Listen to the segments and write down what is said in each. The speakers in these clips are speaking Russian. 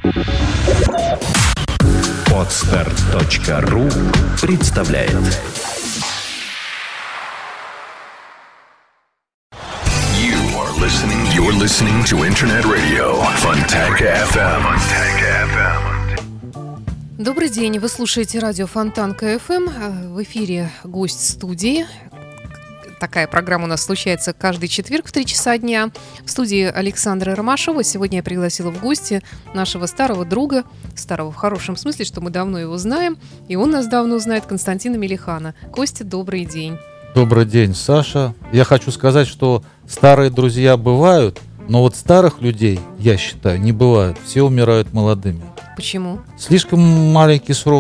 Podster.ru представляет. You're listening to Internet Radio Fontanka FM. Добрый день, вы слушаете радио Фонтанка FM. В эфире гость студии. Такая программа у нас случается каждый четверг в 3 часа дня. В студии Александра Ромашова. Сегодня я пригласила в гости нашего старого друга, старого в хорошем смысле, что мы давно его знаем, и он нас давно знает, Константина Мелихана. Костя, добрый день. Добрый день, Саша. Я хочу сказать, что старые друзья бывают, но вот старых людей, я считаю, не бывает. Все умирают молодыми. Почему? Слишком маленький срок.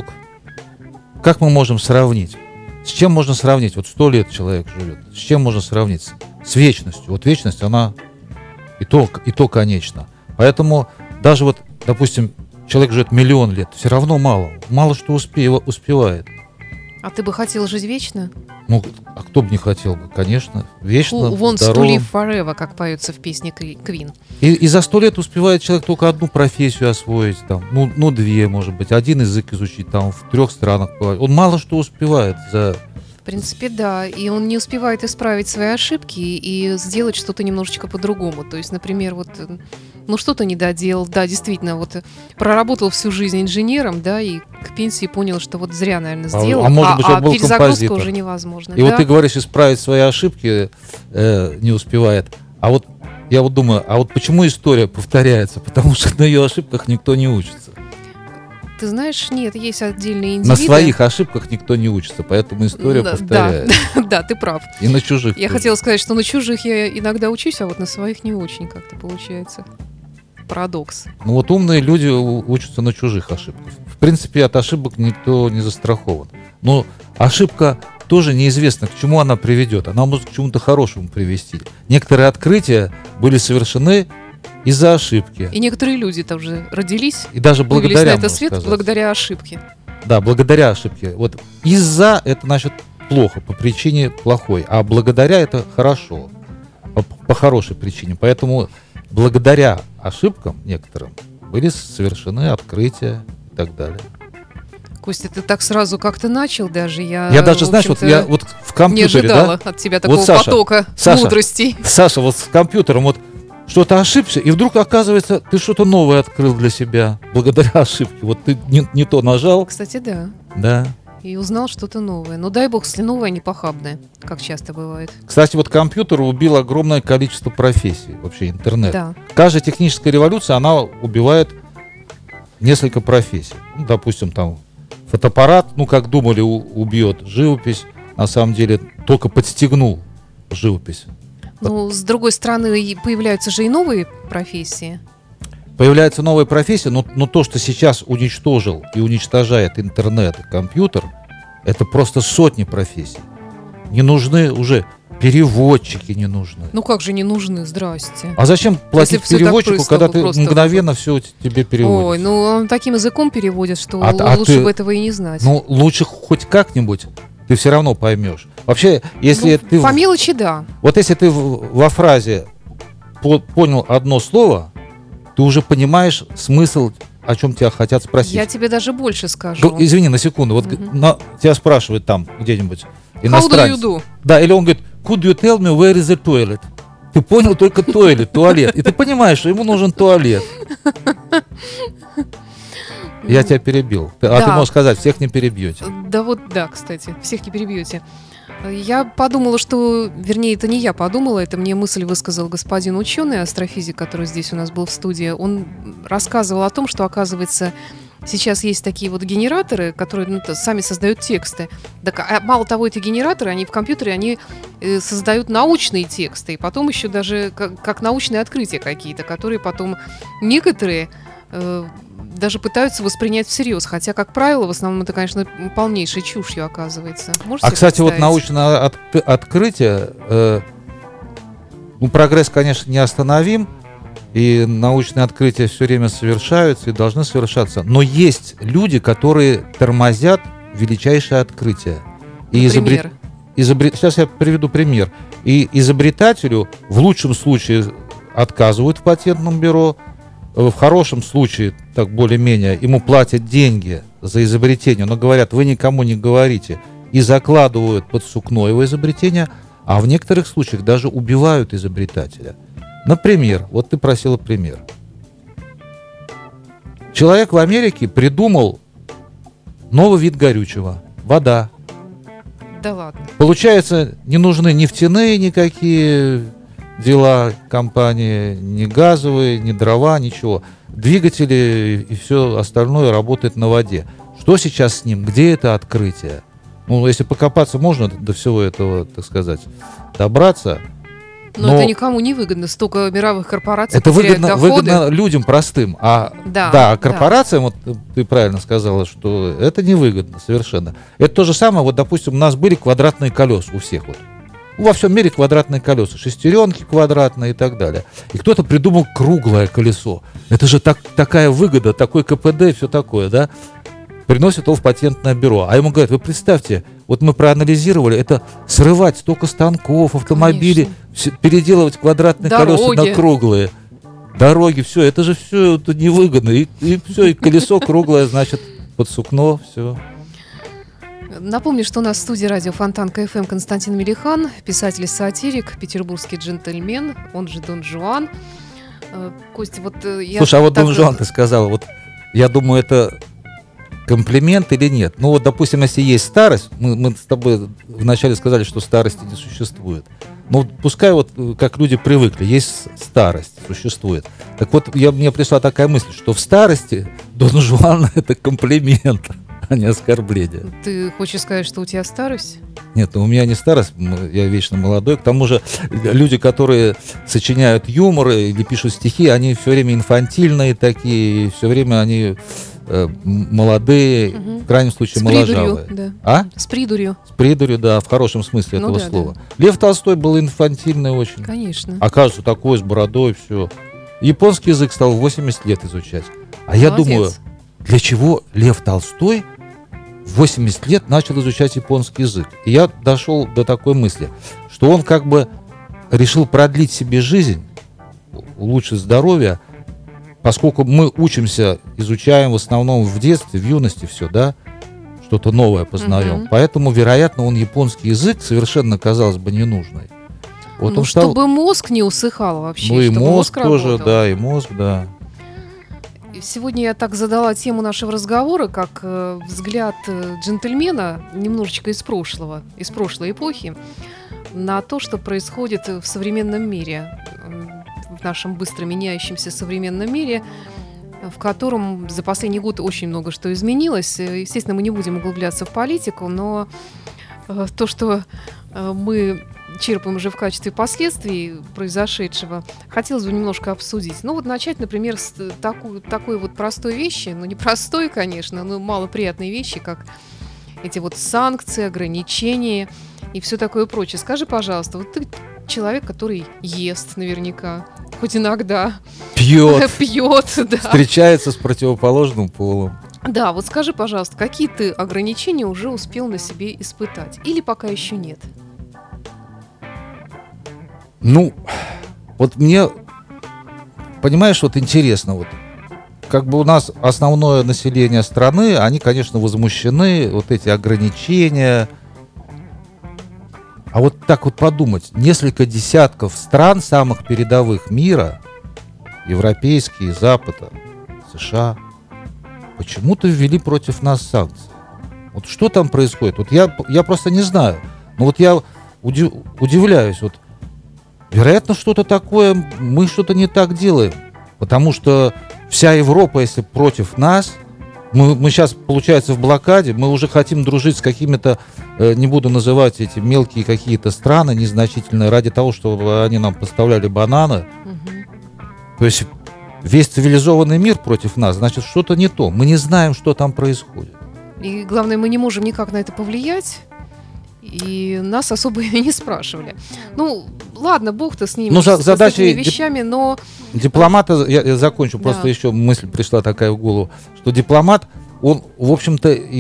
Как мы можем сравнить? С чем можно сравнить? Вот 100 лет человек живет. С чем можно сравнить? С вечностью. Вот вечность, она и то конечна. Поэтому даже вот, допустим, человек живет 1 000 000 лет, все равно мало. Мало что успевает. А ты бы хотел жить вечно? Ну, а кто бы не хотел бы, конечно, вечно, Wants здоровым. to live forever, как поется в песне Queen. И за 100 лет успевает человек только одну профессию освоить, там, ну 2, может быть, один язык изучить, там, в 3 странах. Он мало что успевает за... В принципе, да. И он не успевает исправить свои ошибки и сделать что-то немножечко по-другому. То есть, например, вот, что-то не доделал. Да, действительно, вот проработал всю жизнь инженером, да, и к пенсии понял, что вот зря, наверное, сделал. А может быть, он был перезагрузка композитор. уже невозможно. И да? вот ты говоришь, исправить свои ошибки не успевает. А вот я вот думаю, а вот почему история повторяется? Потому что на ее ошибках никто не учится. Ты знаешь, нет, есть отдельные индивиды. На своих ошибках никто не учится, поэтому история повторяется. Да, ты прав. И на чужих. Я хотела сказать, что на чужих я иногда учусь, а вот на своих не очень как-то получается. Парадокс. Ну вот умные люди учатся на чужих ошибках. В принципе, от ошибок никто не застрахован. Но ошибка тоже неизвестно, к чему она приведет. Она может к чему-то хорошему привести. Некоторые открытия были совершены из-за ошибки. И некоторые люди тоже родились, и даже благодаря, на этот свет благодаря ошибке. Да, благодаря ошибке. Вот из-за это значит плохо, по причине плохой, а благодаря это хорошо, по хорошей причине. Поэтому благодаря ошибкам некоторым были совершены открытия и так далее. Костя, ты так сразу как-то начал даже. Я даже, знаешь, вот я вот в компьютере, не ожидала от тебя такого вот потока мудростей. Саша, вот с компьютером вот что-то ошибся, и вдруг, оказывается, ты что-то новое открыл для себя благодаря ошибке. Вот ты не то нажал. Кстати, да. Да. И узнал что-то новое. Но дай бог, если новое, не похабное, как часто бывает. Кстати, вот компьютер убил огромное количество профессий, вообще интернет. Да. Каждая техническая революция, она убивает несколько профессий. Ну, допустим, там фотоаппарат, как думали, убьет живопись, на самом деле только подстегнул живопись. Ну, с другой стороны, появляются же и новые профессии. Появляются новые профессии, но то, что сейчас уничтожил и уничтожает интернет и компьютер, это просто сотни профессий. Не нужны уже переводчики, не нужны. Ну как же не нужны, здрасте. А зачем платить переводчику, когда ты мгновенно все тебе переводишь? Ой, он таким языком переводит, что лучше бы этого и не знать. Ну, лучше хоть как-нибудь. Ты все равно поймешь. Вообще, если ты... По мелочи, да. Вот если ты во фразе понял одно слово, ты уже понимаешь смысл, о чем тебя хотят спросить. Я тебе даже больше скажу. Извини, на секунду. Вот тебя спрашивают там где-нибудь иностранец. How do you do? Да, или он говорит, could you tell me where is the toilet? Ты понял только туалет. И ты понимаешь, что ему нужен туалет. Я тебя перебил. А ты можешь сказать, всех не перебьете. Да, кстати, всех не перебьете. Я подумала, вернее, это не я подумала, это мне мысль высказал господин ученый, астрофизик, который здесь у нас был в студии. Он рассказывал о том, что, оказывается, сейчас есть такие вот генераторы, которые сами создают тексты. Так, мало того, эти генераторы, они в компьютере, они создают научные тексты, и потом еще даже как научные открытия какие-то, которые потом некоторые даже пытаются воспринять всерьез, хотя, как правило, в основном это, конечно, полнейшей чушью оказывается. Можете кстати, вот научное открытие, прогресс, конечно, неостановим, и научные открытия все время совершаются и должны совершаться, но есть люди, которые тормозят величайшее открытие. Например? Сейчас я приведу пример. И изобретателю в лучшем случае отказывают в патентном бюро, в хорошем случае, так более-менее, ему платят деньги за изобретение, но говорят, вы никому не говорите, и закладывают под сукно его изобретение, а в некоторых случаях даже убивают изобретателя. Например, вот ты просила пример. Человек в Америке придумал новый вид горючего – вода. Да ладно. Получается, не нужны нефтяные никакие дела компании, ни газовые, ни дрова, ничего. Двигатели и все остальное работает на воде. Что сейчас с ним? Где это открытие? Ну, если покопаться, можно до всего этого, так сказать, добраться. Но это никому не выгодно. Столько мировых корпораций это потеряют доходы. выгодно людям простым. Да, корпорациям, вот ты правильно сказала, что это невыгодно совершенно. Это то же самое, вот, допустим, у нас были квадратные колеса у всех. Вот. Во всем мире квадратные колеса, шестеренки квадратные и так далее. И кто-то придумал круглое колесо. Это же такая выгода, такой КПД, все такое, да? Приносит его в патентное бюро. А ему говорят, вы представьте, вот мы проанализировали, это срывать столько станков, автомобилей, переделывать квадратные колеса на круглые. Дороги, все, это же все это невыгодно. И все, и колесо круглое, значит, под сукно, все. Напомню, что у нас в студии радио Фонтан КФМ Константин Мелихан, писатель-сатирик, петербургский джентльмен, он же Дон Жуан. Костя, вот я... Слушай, а вот Дон Жуан ты сказал, вот я думаю, это... комплимент или нет? Ну вот, допустим, если есть старость, мы с тобой вначале сказали, что старости не существует. Ну, пускай вот как люди привыкли, есть старость, существует. Так вот, мне пришла такая мысль, что в старости Дон Жуан — это комплимент, а не оскорбление. Ты хочешь сказать, что у тебя старость? Нет, у меня не старость, я вечно молодой. К тому же люди, которые сочиняют юмор или пишут стихи, они все время инфантильные такие, все время они... молодые, в крайнем случае моложавые. Да. А? С придурью. С придурью, да, в хорошем смысле этого слова. Да. Лев Толстой был инфантильный очень. Конечно. Оказывается, такой с бородой, все. Японский язык стал 80 лет изучать. А я думаю, для чего Лев Толстой в 80 лет начал изучать японский язык? И я дошел до такой мысли, что он как бы решил продлить себе жизнь, улучшить здоровье, поскольку мы учимся, изучаем в основном в детстве, в юности все, да, что-то новое познаем. Поэтому, вероятно, он японский язык совершенно, казалось бы, ненужный. Вот он стал... Чтобы мозг не усыхал вообще. Ну и мозг тоже, работал. Да, и мозг, да. Сегодня я так задала тему нашего разговора, как взгляд джентльмена немножечко из прошлой эпохи, на то, что происходит в современном мире, в нашем быстро меняющемся современном мире, в котором за последний год очень много что изменилось. Естественно, мы не будем углубляться в политику, но то, что мы черпаем уже в качестве последствий произошедшего, хотелось бы немножко обсудить. Ну вот начать, например, с такой вот простой вещи, ну не простой, конечно, но малоприятной вещи, как эти вот санкции, ограничения и все такое прочее. Скажи, пожалуйста, вот ты человек, который ест наверняка, хоть иногда. Пьет, да. Встречается с противоположным полом. Да, вот скажи, пожалуйста, какие ты ограничения уже успел на себе испытать? Или пока еще нет? Ну, вот мне, понимаешь, вот интересно, вот как бы у нас основное население страны, они, конечно, возмущены, вот эти ограничения. А вот так вот подумать, несколько десятков стран самых передовых мира, европейские, Запада, США, почему-то ввели против нас санкции. Вот что там происходит? Вот я просто не знаю. Но вот я удивляюсь. Вот, вероятно, что-то такое, мы что-то не так делаем. Потому что вся Европа, если против нас, мы сейчас, получается, в блокаде, мы уже хотим дружить с какими-то, не буду называть эти мелкие какие-то страны, незначительные, ради того, чтобы они нам поставляли бананы. То есть весь цивилизованный мир против нас, значит, что-то не то. Мы не знаем, что там происходит. И главное, мы не можем никак на это повлиять. И нас особо и не спрашивали. Ну, ладно, бог-то с ними, с этими вещами, но... Дипломата, я закончу, просто еще мысль пришла такая в голову, что дипломат, он, в общем-то, и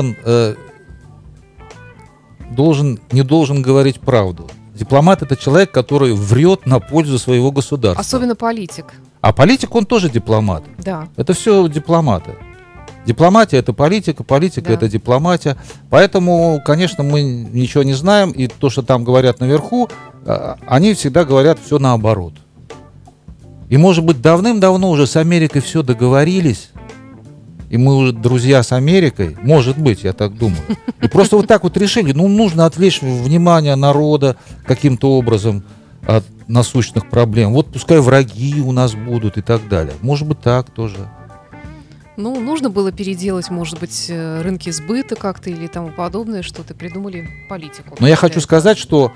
не должен говорить правду. Дипломат — это человек, который врет на пользу своего государства. Особенно политик. А политик, он тоже дипломат. Да. Это все дипломаты. Дипломатия — это политика, политика — Да. это дипломатия. Поэтому, конечно, мы ничего не знаем, и то, что там говорят наверху, они всегда говорят все наоборот. И, может быть, давным-давно уже с Америкой все договорились, и мы уже друзья с Америкой, может быть, я так думаю. И просто вот так вот решили, нужно отвлечь внимание народа каким-то образом от насущных проблем. Вот пускай враги у нас будут и так далее. Может быть, так тоже. Нужно было переделать, может быть, рынки сбыта как-то или тому подобное, что-то придумали политику. Но я хочу сказать, что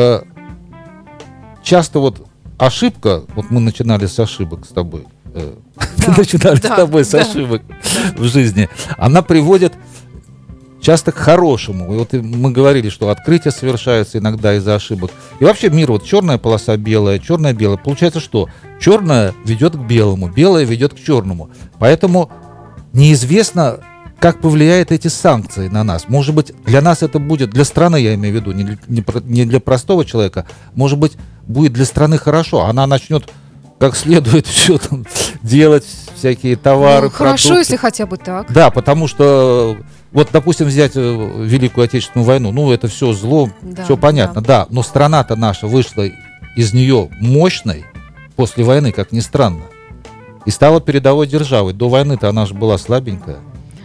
часто вот ошибка, вот мы начинали с ошибок с тобой, начинали с тобой с ошибок в жизни, она приводит часто к хорошему. И вот мы говорили, что открытия совершаются иногда из-за ошибок. И вообще мир, вот черная полоса белая, черная-белая. Получается что? Черное ведет к белому, белое ведет к черному. Поэтому неизвестно, как повлияют эти санкции на нас. Может быть, для нас это будет, для страны, я имею в виду, не для простого человека, может быть, будет для страны хорошо. Она начнет как следует все там делать, всякие товары, хорошо, продукты. если хотя бы так. Да, потому что, вот, допустим, взять Великую Отечественную войну, это все зло, все понятно, да. Но страна-то наша вышла из нее мощной после войны, как ни странно, и стала передовой державой. До войны-то она же была слабенькая.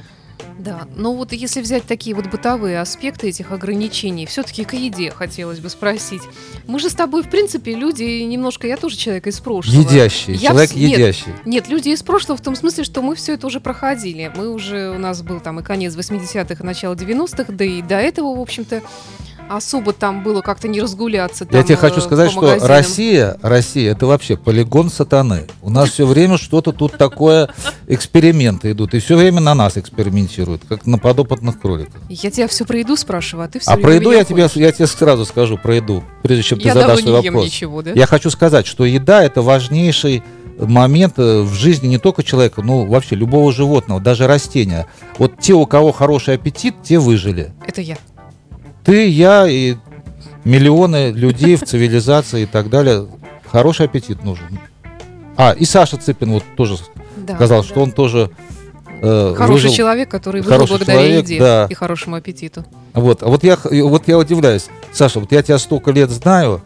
Да, но вот если взять такие вот бытовые аспекты этих ограничений, все-таки к еде хотелось бы спросить. Мы же с тобой, в принципе, люди немножко, я тоже человек из прошлого. Едящий, человек едящий. Нет, люди из прошлого в том смысле, что мы все это уже проходили. У нас был там и конец 80-х, и начало 90-х, да и до этого, в общем-то, особо там было как-то не разгуляться. Там, я тебе хочу сказать, что Россия это вообще полигон сатаны. У нас все время что-то тут такое, эксперименты идут, и все время на нас экспериментируют, как на подопытных кроликах. Я тебя все про еду спрашиваю, а ты все время про еду я тебе сразу скажу про еду, прежде чем ты задашь свой вопрос. Ничего, да? Я хочу сказать, что еда — это важнейший момент в жизни не только человека, но вообще любого животного, даже растения. Вот те, у кого хороший аппетит, те выжили. Это я. Ты, я и миллионы людей в цивилизации и так далее. Хороший аппетит нужен. И Саша Цыпин вот тоже сказал, что он тоже хороший человек, который выжил благодаря еде и хорошему аппетиту. Вот я удивляюсь. Саша, вот я тебя столько лет знаю,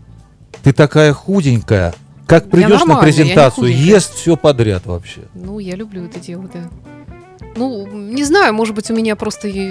ты такая худенькая. Как придешь на презентацию, ест все подряд вообще. Я люблю это дело, да. Не знаю, может быть, у меня просто у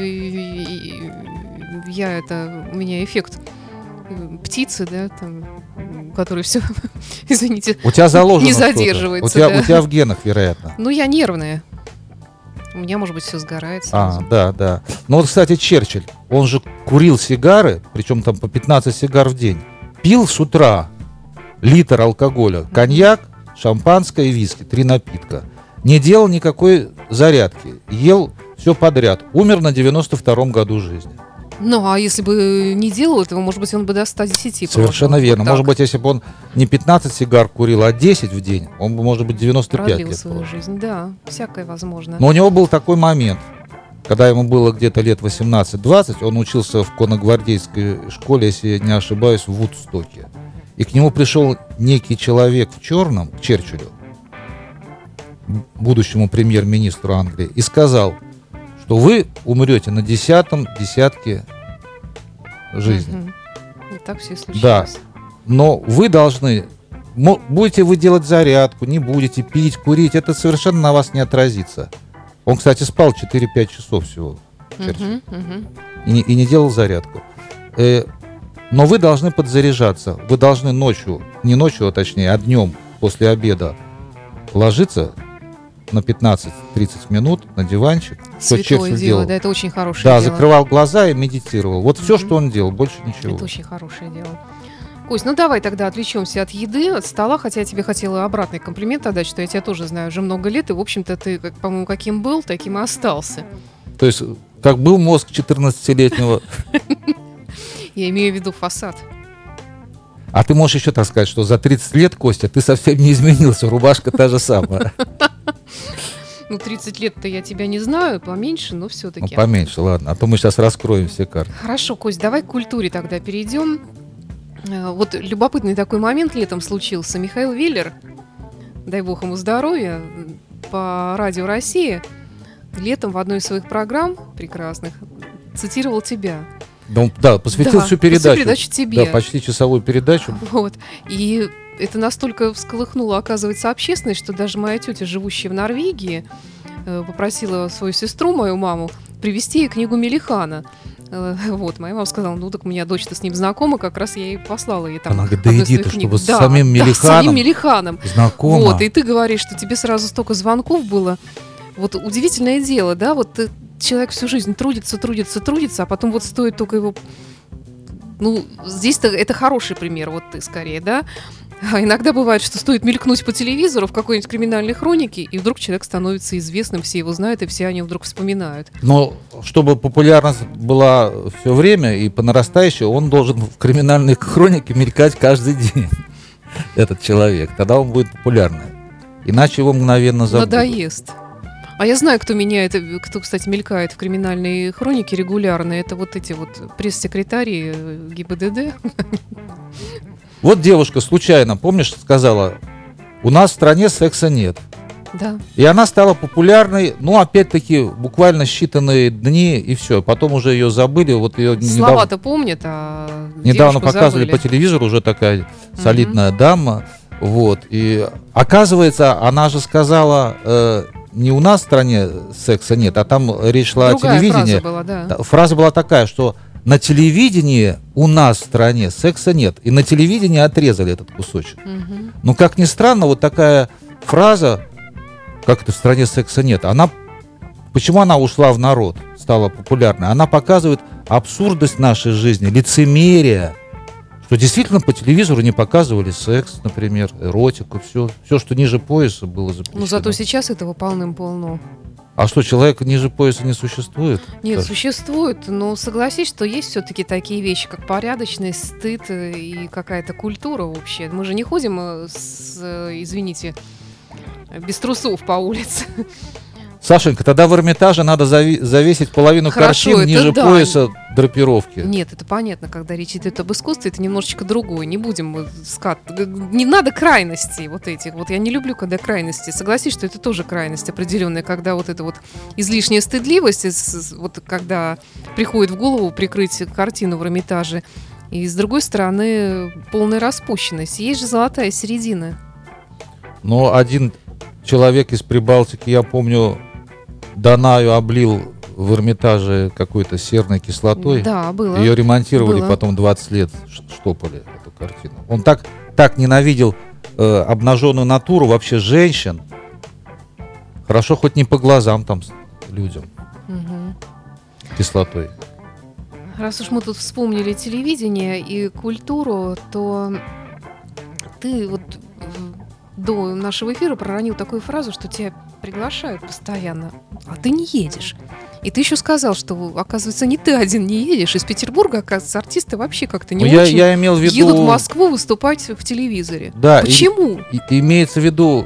меня эффект птицы, да, там, который все, извините, у тебя заложено не задерживается. У тебя в генах, вероятно. Я нервная. У меня, может быть, все сгорает сразу. Да. Кстати, Черчилль, он же курил сигары, причем там по 15 сигар в день. Пил с утра литр алкоголя, коньяк, шампанское и виски, 3 напитка. Не делал никакой зарядки, ел все подряд. Умер на 92-м году жизни. А если бы не делал этого, может быть, он бы до 110 Совершенно верно. Может быть, если бы он не 15 сигар курил, а 10 в день, он бы, может быть, 95 продлил лет свою жизнь, да, всякое возможно. Но у него был такой момент, когда ему было где-то лет 18-20, он учился в конногвардейской школе, если я не ошибаюсь, в Вудстоке. И к нему пришел некий человек в черном, к Черчиллю, будущему премьер-министру Англии, и сказал, что вы умрете на 10-м десятке жизни. И так все и случилось. Да, но вы должны, будете вы делать зарядку, не будете пить, курить, это совершенно на вас не отразится. Он, кстати, спал 4-5 часов всего, Черчилль, и не делал зарядку. Но вы должны подзаряжаться, вы должны ночью, не ночью, а точнее, а днем после обеда ложиться на 15-30 минут на диванчик. Святое дело, да, это очень хорошее дело. Да, закрывал глаза и медитировал. Вот все, что он делал, больше ничего. Это очень хорошее дело. Кость, давай тогда отвлечемся от еды, от стола, хотя я тебе хотела обратный комплимент отдать, что я тебя тоже знаю уже много лет, и, в общем-то, ты, по-моему, каким был, таким и остался. То есть, как был мозг 14-летнего... Я имею в виду фасад. А ты можешь еще так сказать, что за 30 лет, Костя, ты совсем не изменился, рубашка та же самая. 30 лет-то я тебя не знаю, поменьше, но все-таки. Поменьше, ладно, а то мы сейчас раскроем все карты. Хорошо, Кость, давай к культуре тогда перейдем. Вот любопытный такой момент летом случился. Михаил Веллер дай бог ему здоровья, по радио России летом в одной из своих программ прекрасных цитировал тебя. Да, посвятил всю передачу тебе. Да, почти часовую передачу. Вот. И это настолько всколыхнуло, оказывается, общественность, что даже моя тетя, живущая в Норвегии, попросила свою сестру, мою маму, привезти ей книгу Мелихана. Вот, моя мама сказала, ну так у меня дочь-то с ним знакома, как раз я ей послала ей там. Она говорит, да иди ты, чтобы с да, самим Мелиханом. Да, с самим Мелиханом. Знакома. Вот, и ты говоришь, что тебе сразу столько звонков было. Вот удивительное дело, да, вот человек всю жизнь трудится, а потом вот стоит только его... Ну, здесь-то это хороший пример, вот ты скорее, да? А иногда бывает, что стоит мелькнуть по телевизору в какой-нибудь криминальной хронике, и вдруг человек становится известным, все его знают, и все о нем вдруг вспоминают. Но чтобы популярность была все время и по нарастающей, он должен в криминальной хронике мелькать каждый день, этот человек. Тогда он будет популярным. Иначе его мгновенно забудут. Надоест. А я знаю, кто кстати, мелькает в криминальной хронике регулярно. Это вот эти вот пресс-секретари ГИБДД. Вот девушка случайно, помнишь, сказала, у нас в стране секса нет. Да. И она стала популярной, ну, опять-таки, буквально считанные дни, и все. Потом уже ее забыли. Вот ее слова-то помнят, а недавно показывали по телевизору, уже такая солидная дама. Вот. И оказывается, она же сказала, не у нас в стране секса нет, а там речь шла о телевидении. Фраза была, да. Фраза была такая, что на телевидении у нас в стране секса нет. И на телевидении отрезали этот кусочек. Но, как ни странно, вот такая фраза, как это в стране секса нет, почему она ушла в народ, стала популярной? Она показывает абсурдность нашей жизни, лицемерие, что действительно по телевизору не показывали секс, например, эротику, все, что ниже пояса было запрещено. Ну, зато сейчас этого полным-полно. А что, человек ниже пояса не существует? Нет, существует, но согласись, что есть все-таки такие вещи, как порядочность, стыд и какая-то культура вообще. Мы же не ходим извините, без трусов по улице. Сашенька, тогда в Эрмитаже надо завесить половину картин ниже пояса драпировки. Нет, это понятно, когда речь идет об искусстве, это немножечко другое. Не будем не надо крайностей вот этих. Вот я не люблю, когда крайности. Согласись, что это тоже крайность определенная, когда вот эта вот излишняя стыдливость, вот когда приходит в голову прикрыть картину в Эрмитаже, и с другой стороны полная распущенность. Есть же золотая середина. Но один человек из Прибалтики, я помню, Данаю облил в Эрмитаже какой-то серной кислотой. Да, было. Ее ремонтировали, потом 20 лет штопали эту картину. Он так ненавидел обнаженную натуру, вообще женщин. Хорошо, хоть не по глазам там людям кислотой. Раз уж мы тут вспомнили телевидение и культуру, то ты вот до нашего эфира проронил такую фразу, что тебя приглашают постоянно, а ты не едешь. И ты еще сказал, что, оказывается, не ты один не едешь. Из Петербурга, оказывается, артисты вообще как-то не очень я имел в виду... едут в Москву выступать в телевизоре. Да, почему? Имеется в виду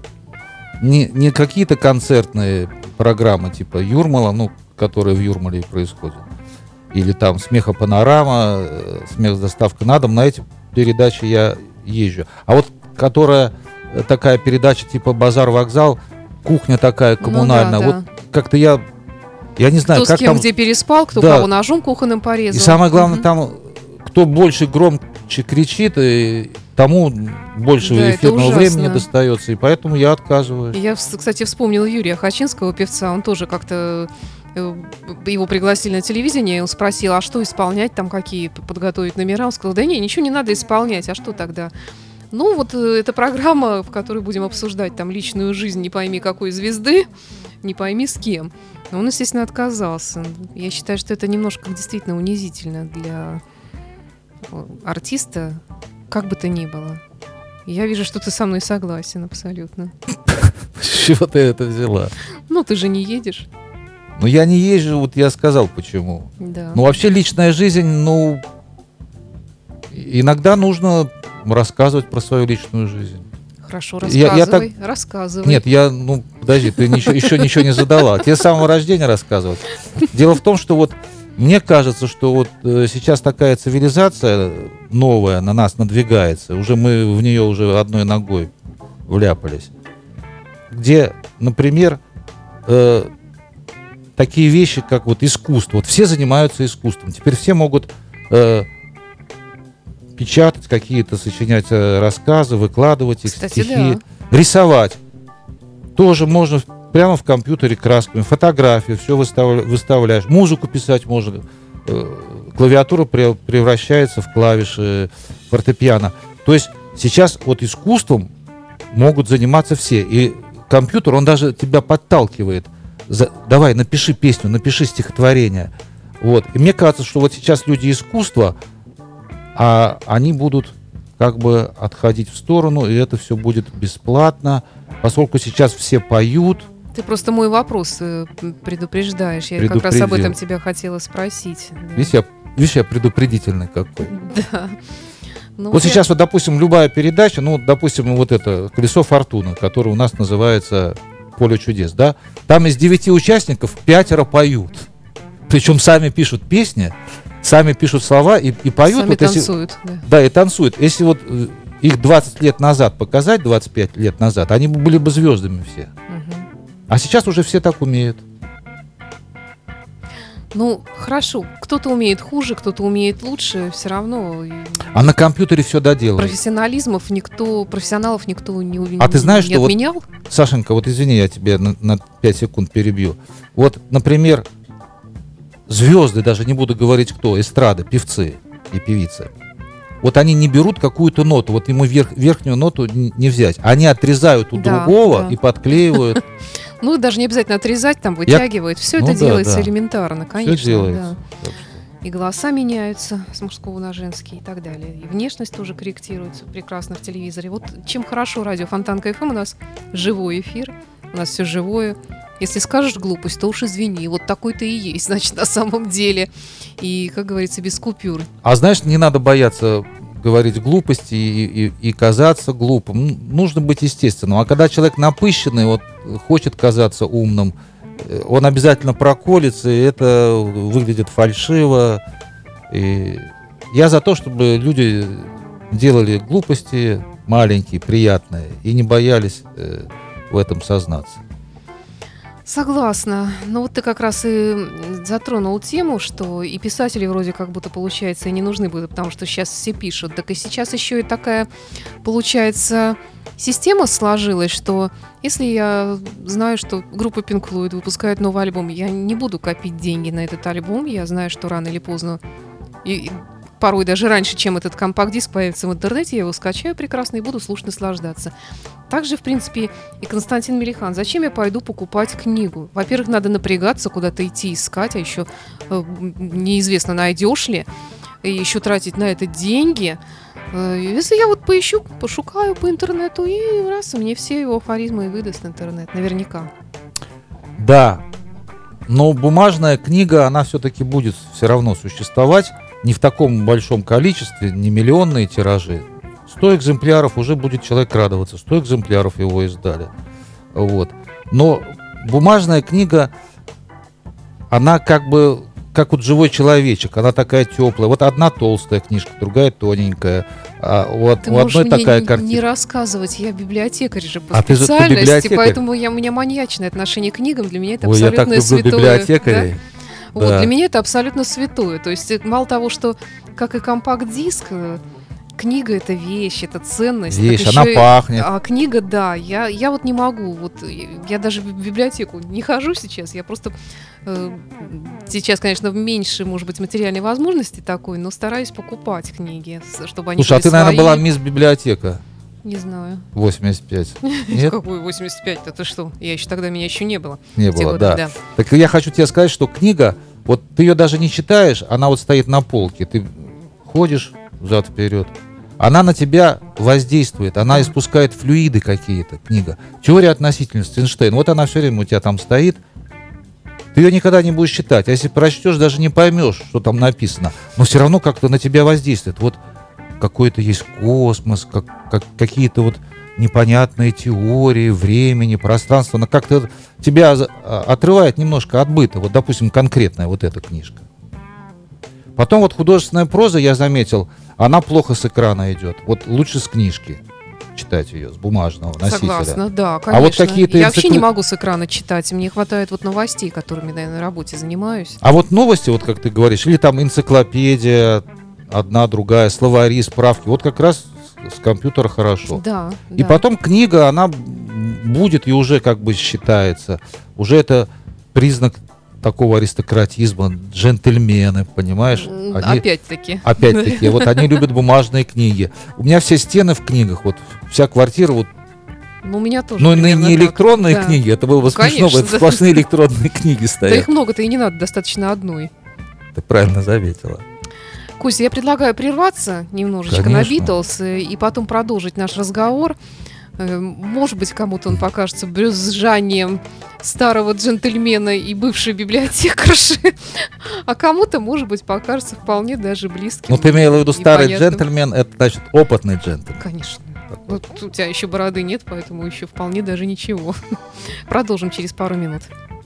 не какие-то концертные программы типа Юрмала, ну, которые в Юрмале происходят, или там «Смехопанорама», «Смех с доставкой на дом». На эти передачи я езжу. А вот которая такая передача типа «Базар-вокзал», кухня такая коммунальная, да. Вот как-то я не знаю, кто как с кем там... где переспал, кто кого ножом кухонным порезал. И самое главное, там кто больше громче кричит, и тому больше эфирного времени достается, и поэтому я отказываюсь. Я, кстати, вспомнила Юрия Хачинского, певца, он тоже как-то... Его пригласили на телевидение, и он спросил, а что исполнять, там какие подготовить номера. Он сказал, да ничего не надо исполнять, а что тогда? Ну, вот эта программа, в которой будем обсуждать там личную жизнь не пойми какой звезды, не пойми с кем. Но он, естественно, отказался. Я считаю, что это немножко действительно унизительно для артиста, как бы то ни было. Я вижу, что ты со мной согласен абсолютно. С чего ты это взяла? Ну, ты же не едешь. Ну, я не езжу, вот я сказал, почему. Да. Ну, вообще личная жизнь, ну, иногда нужно рассказывать про свою личную жизнь. Хорошо, рассказывай, рассказывай. Нет, подожди, ты еще ничего не задала. Тебе с самого рождения рассказывать. Дело в том, что вот мне кажется, что вот сейчас такая цивилизация новая на нас надвигается. Уже мы в нее уже одной ногой вляпались, где, например, такие вещи, как вот искусство. Вот все занимаются искусством. Теперь все могут печатать какие-то, сочинять рассказы, выкладывать их, Кстати, стихи, да. рисовать. Тоже можно прямо в компьютере красками, фотографии, все выставляешь. Музыку писать можно. Клавиатура превращается в клавиши фортепиано. То есть сейчас вот искусством могут заниматься все. И компьютер, он даже тебя подталкивает. Давай, напиши песню, напиши стихотворение. Вот. И мне кажется, что вот сейчас люди искусства, а они будут как бы отходить в сторону, и это все будет бесплатно, поскольку сейчас все поют. Ты просто мой вопрос предупреждаешь. Я как раз об этом тебя хотела спросить. Да. Видишь, я предупредительный какой. Да. Ну, вот сейчас, вот, допустим, любая передача, ну, допустим, вот это «Колесо фортуны», которое у нас называется «Поле чудес», да? Там из 9 участников 5 поют. Причем сами пишут песни, сами пишут слова и поют. Сами вот танцуют. Если, да, и танцуют. Если вот их 20 лет назад показать, 25 лет назад, они были бы звездами все. Угу. А сейчас уже все так умеют. Ну, хорошо. Кто-то умеет хуже, кто-то умеет лучше. Все равно. А на компьютере все доделают. Профессионалов никто не А ты знаешь, что отменял? Вот, Сашенька, вот извини, я тебе на 5 секунд перебью. Вот, например, звезды, даже не буду говорить кто, эстрады, певцы и певицы. Вот они не берут какую-то ноту, вот ему верхнюю ноту не взять. Они отрезают у другого и подклеивают. Ну, даже не обязательно отрезать, там вытягивают. Все это делается элементарно, конечно. Все делается. Да. И голоса меняются с мужского на женский и так далее. И внешность тоже корректируется прекрасно в телевизоре. Вот чем хорошо радио Фонтанка ФМ, у нас живой эфир, у нас все живое. Если скажешь глупость, то уж извини, вот такой ты и есть, значит, на самом деле. И, как говорится, без купюр. А знаешь, не надо бояться говорить глупости и казаться глупым. Нужно быть естественным. А когда человек напыщенный, вот, хочет казаться умным, он обязательно проколется, и это выглядит фальшиво. И я за то, чтобы люди делали глупости маленькие, приятные, и не боялись в этом сознаться. Согласна. Но вот ты как раз и затронул тему, что и писатели вроде как будто, получается, и не нужны будут, потому что сейчас все пишут. Так и сейчас еще и такая, получается, система сложилась, что если я знаю, что группа Pink Floyd выпускает новый альбом, я не буду копить деньги на этот альбом, я знаю, что рано или поздно, и порой даже раньше, чем этот компакт-диск появится в интернете, я его скачаю прекрасно и буду слушать, наслаждаться. Также, в принципе, и Константин Мелихан. Зачем я пойду покупать книгу? Во-первых, надо напрягаться, куда-то идти искать, а еще неизвестно, найдешь ли, и еще тратить на это деньги. Если я вот пошукаю по интернету, и раз, мне все его афоризмы и выдаст интернет, наверняка. Да, но бумажная книга, она все-таки будет все равно существовать, не в таком большом количестве, не миллионные тиражи. 100 экземпляров, уже будет человек радоваться, 100 экземпляров его издали. Вот. Но бумажная книга, она как бы, как вот живой человечек, она такая теплая. Вот одна толстая книжка, другая тоненькая. А вот у одной такая картинка. Не рассказывать, я библиотекарь же по ты специальности, поэтому у меня маньячное отношение к книгам, для меня это абсолютно святое. Я так люблю библиотекарей. Да? Вот, для меня это абсолютно святое. То есть мало того, что как и компакт-диск, книга — это вещь, это ценность. Вещь, она пахнет. А книга, да, я вот не могу. Вот, я даже в библиотеку не хожу сейчас. Я просто сейчас, конечно, меньше, может быть, материальной возможности такой, но стараюсь покупать книги, чтобы они были Слушай, а ты, свои. наверное, была мисс библиотека? Не знаю. 85. Нет? Какой 85? Это что? Меня еще не было. Не было, годы, да. Так я хочу тебе сказать, что книга, вот ты ее даже не читаешь, она вот стоит на полке, ты ходишь взад-вперед, она на тебя воздействует, она испускает флюиды какие-то, книга. Теория относительности, Эйнштейн, вот она все время у тебя там стоит, ты ее никогда не будешь читать, а если прочтешь, даже не поймешь, что там написано, но все равно как-то на тебя воздействует. Вот какой-то есть космос, какие-то вот непонятные теории времени, пространства, но как-то тебя отрывает немножко от быта. Вот, допустим, конкретная вот эта книжка. Потом вот художественная проза, я заметил, она плохо с экрана идет. Вот лучше с книжки. читать ее с бумажного носителя. Согласна, да, конечно. А вот какие-то Я вообще не могу с экрана читать. Мне хватает вот новостей, которыми, наверное, на работе занимаюсь. А вот новости, вот как ты говоришь, или там энциклопедия, одна, другая, словари, справки, вот как раз с компьютера хорошо. Да. И потом книга, она будет и уже как бы считается. Уже это признак такого аристократизма, джентльмены, понимаешь? Опять-таки. Опять-таки, вот они любят бумажные книги. У меня все стены в книгах, вот вся квартира, вот. Ну, у меня тоже. Ну, не электронные книги, это было бы смешно, Конечно, это сплошные электронные книги стоят. Да их много-то и не надо, достаточно одной. Ты правильно заметила. Костя, я предлагаю прерваться немножечко на Битлз и потом продолжить наш разговор. Может быть, кому-то он покажется брюзжанием старого джентльмена и бывшей библиотекарши, а кому-то, может быть, покажется вполне даже близким. Ну, ты имела в виду старый джентльмен, это значит опытный джентльмен. Конечно. Вот у тебя еще бороды нет, поэтому еще вполне даже ничего. Продолжим через пару минут.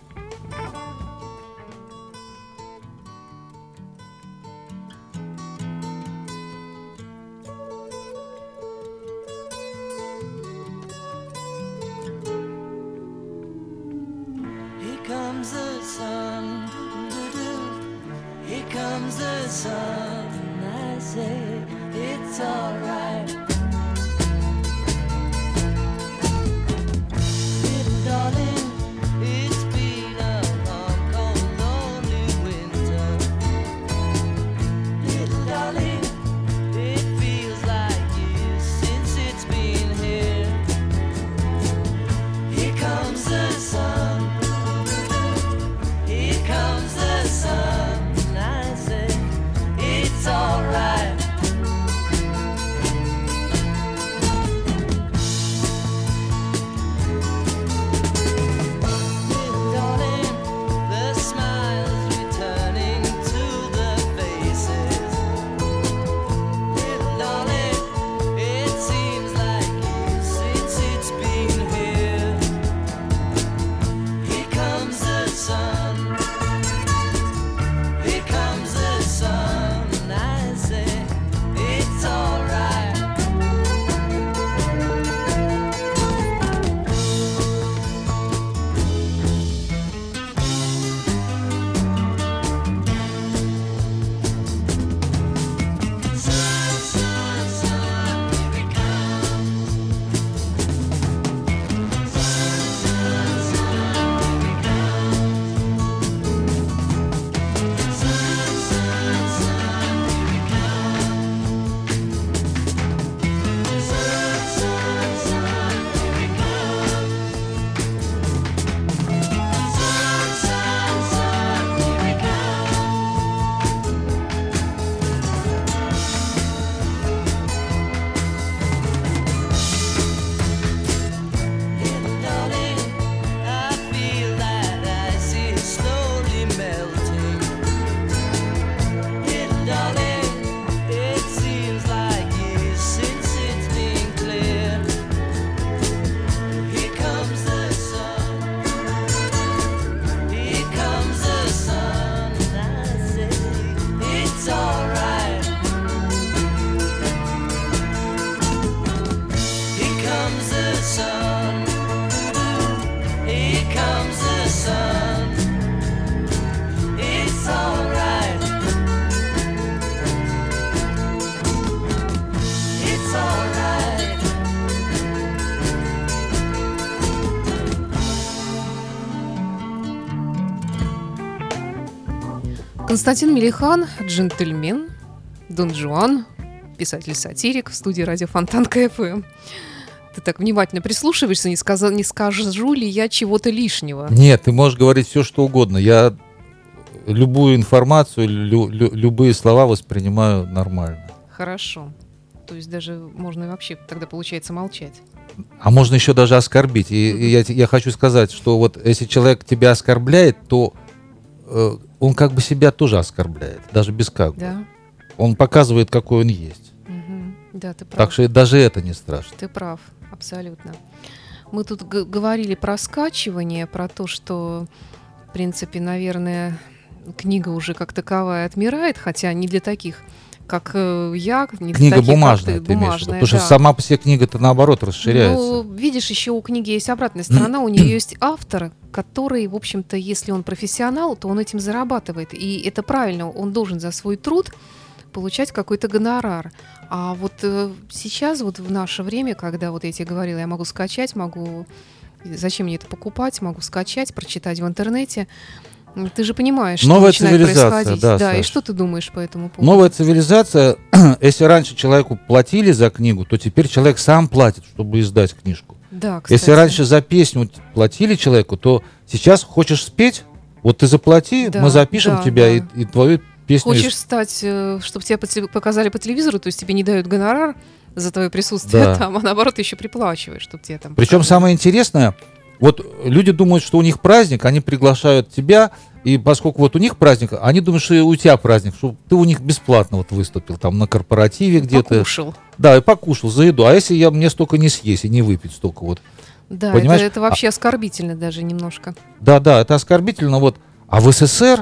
Константин Милихан, джентльмен, Дон Жуан, писатель-сатирик в студии радио Фонтан КФМ. Ты так внимательно прислушиваешься, не скажу ли я чего-то лишнего? Нет, ты можешь говорить все, что угодно. Я любую информацию, любые слова воспринимаю нормально. Хорошо. То есть даже можно вообще тогда, получается, молчать. А можно еще даже оскорбить. И я хочу сказать, что вот если человек тебя оскорбляет, то он как бы себя тоже оскорбляет, даже без как бы. Да. Он показывает, какой он есть. Угу. Да, ты прав. Так что даже это не страшно. Ты прав, абсолютно. Мы тут говорили про скачивание, про то, что, в принципе, наверное, книга уже как таковая отмирает, хотя не для таких как я, не Книга таких, бумажная, как ты, ты имеешь в виду? бумажная, Потому что да. сама по себе книга-то наоборот расширяется. Ну, видишь, еще у книги есть обратная сторона, у нее есть автор, который, в общем-то, если он профессионал, то он этим зарабатывает. И это правильно, он должен за свой труд получать какой-то гонорар. А вот сейчас, вот в наше время, когда вот я тебе говорила, я могу скачать, зачем мне это покупать, могу скачать, прочитать в интернете. Ты же понимаешь, что Новая начинает цивилизация, происходить. да, Да, и Саш. что ты думаешь по этому поводу? Новая цивилизация, если раньше человеку платили за книгу, то теперь человек сам платит, чтобы издать книжку. Да, кстати. Если раньше за песню платили человеку, то сейчас хочешь спеть, вот ты заплати, Да, мы запишем да, тебя да. и твою песню. Хочешь стать, чтобы тебя показали по телевизору, то есть тебе не дают гонорар за твое присутствие Да. там, а наоборот еще приплачиваешь, чтобы тебе там... Причем показали. самое интересное, вот люди думают, что у них праздник, они приглашают тебя, и поскольку вот у них праздник, они думают, что и у тебя праздник, что ты у них бесплатно вот выступил там на корпоративе где-то. Покушал. Да, и покушал за еду. А если мне столько не съесть и не выпить столько вот? Да, Понимаешь? это вообще оскорбительно даже немножко. Да, это оскорбительно. Вот. А в СССР,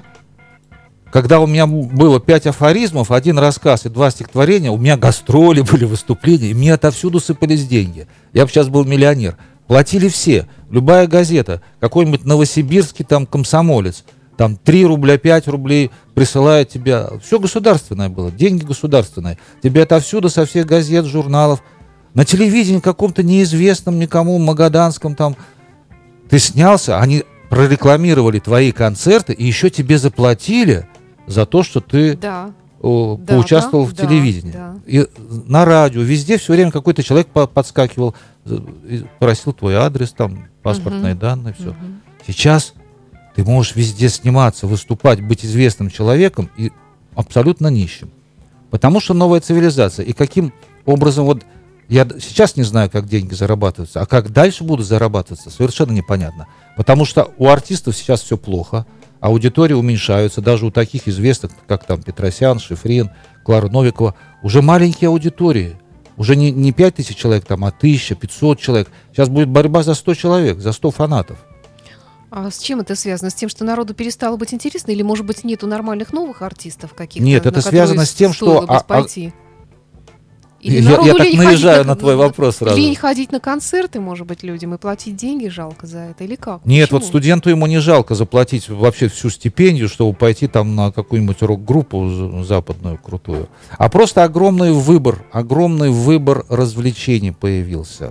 когда у меня было 5 афоризмов, 1 рассказ и 2 стихотворения, у меня гастроли были, выступления, и мне отовсюду сыпались деньги. Я бы сейчас был миллионер. Платили все. Любая газета, какой-нибудь новосибирский там комсомолец, там 3 рубля, 5 рублей присылает тебя. Все государственное было, деньги государственные. Тебе отовсюду, со всех газет, журналов. На телевидении каком-то неизвестном никому, магаданском там. Ты снялся, они прорекламировали твои концерты и еще тебе заплатили за то, что ты Да. поучаствовал в да, телевидении. да. И на радио, везде все время какой-то человек подскакивал, и просил твой адрес, там, паспортные данные, все. Мгм. Сейчас ты можешь везде сниматься, выступать, быть известным человеком и абсолютно нищим. Потому что новая цивилизация. И каким образом, вот я сейчас не знаю, как деньги зарабатываются, а как дальше будут зарабатываться, совершенно непонятно. Потому что у артистов сейчас все плохо, аудитории уменьшаются, даже у таких известных, как там Петросян, Шифрин, Клара Новикова, уже маленькие аудитории. Уже не 5000 человек, там, а 1500 человек. Сейчас будет борьба за 100 человек, за 100 фанатов. А с чем это связано? С тем, что народу перестало быть интересно? Или, может быть, нету нормальных новых артистов каких-то? Нет, это на которые связано с тем, стоило что... бы пойти? Или Я народу так лень наезжаю ходить на твой вопрос сразу. Лень ходить на концерты, может быть, людям, и платить деньги жалко за это? Или как? Нет, Почему? вот студенту ему не жалко заплатить вообще всю стипендию, чтобы пойти там на какую-нибудь рок-группу западную крутую. А просто огромный выбор развлечений появился.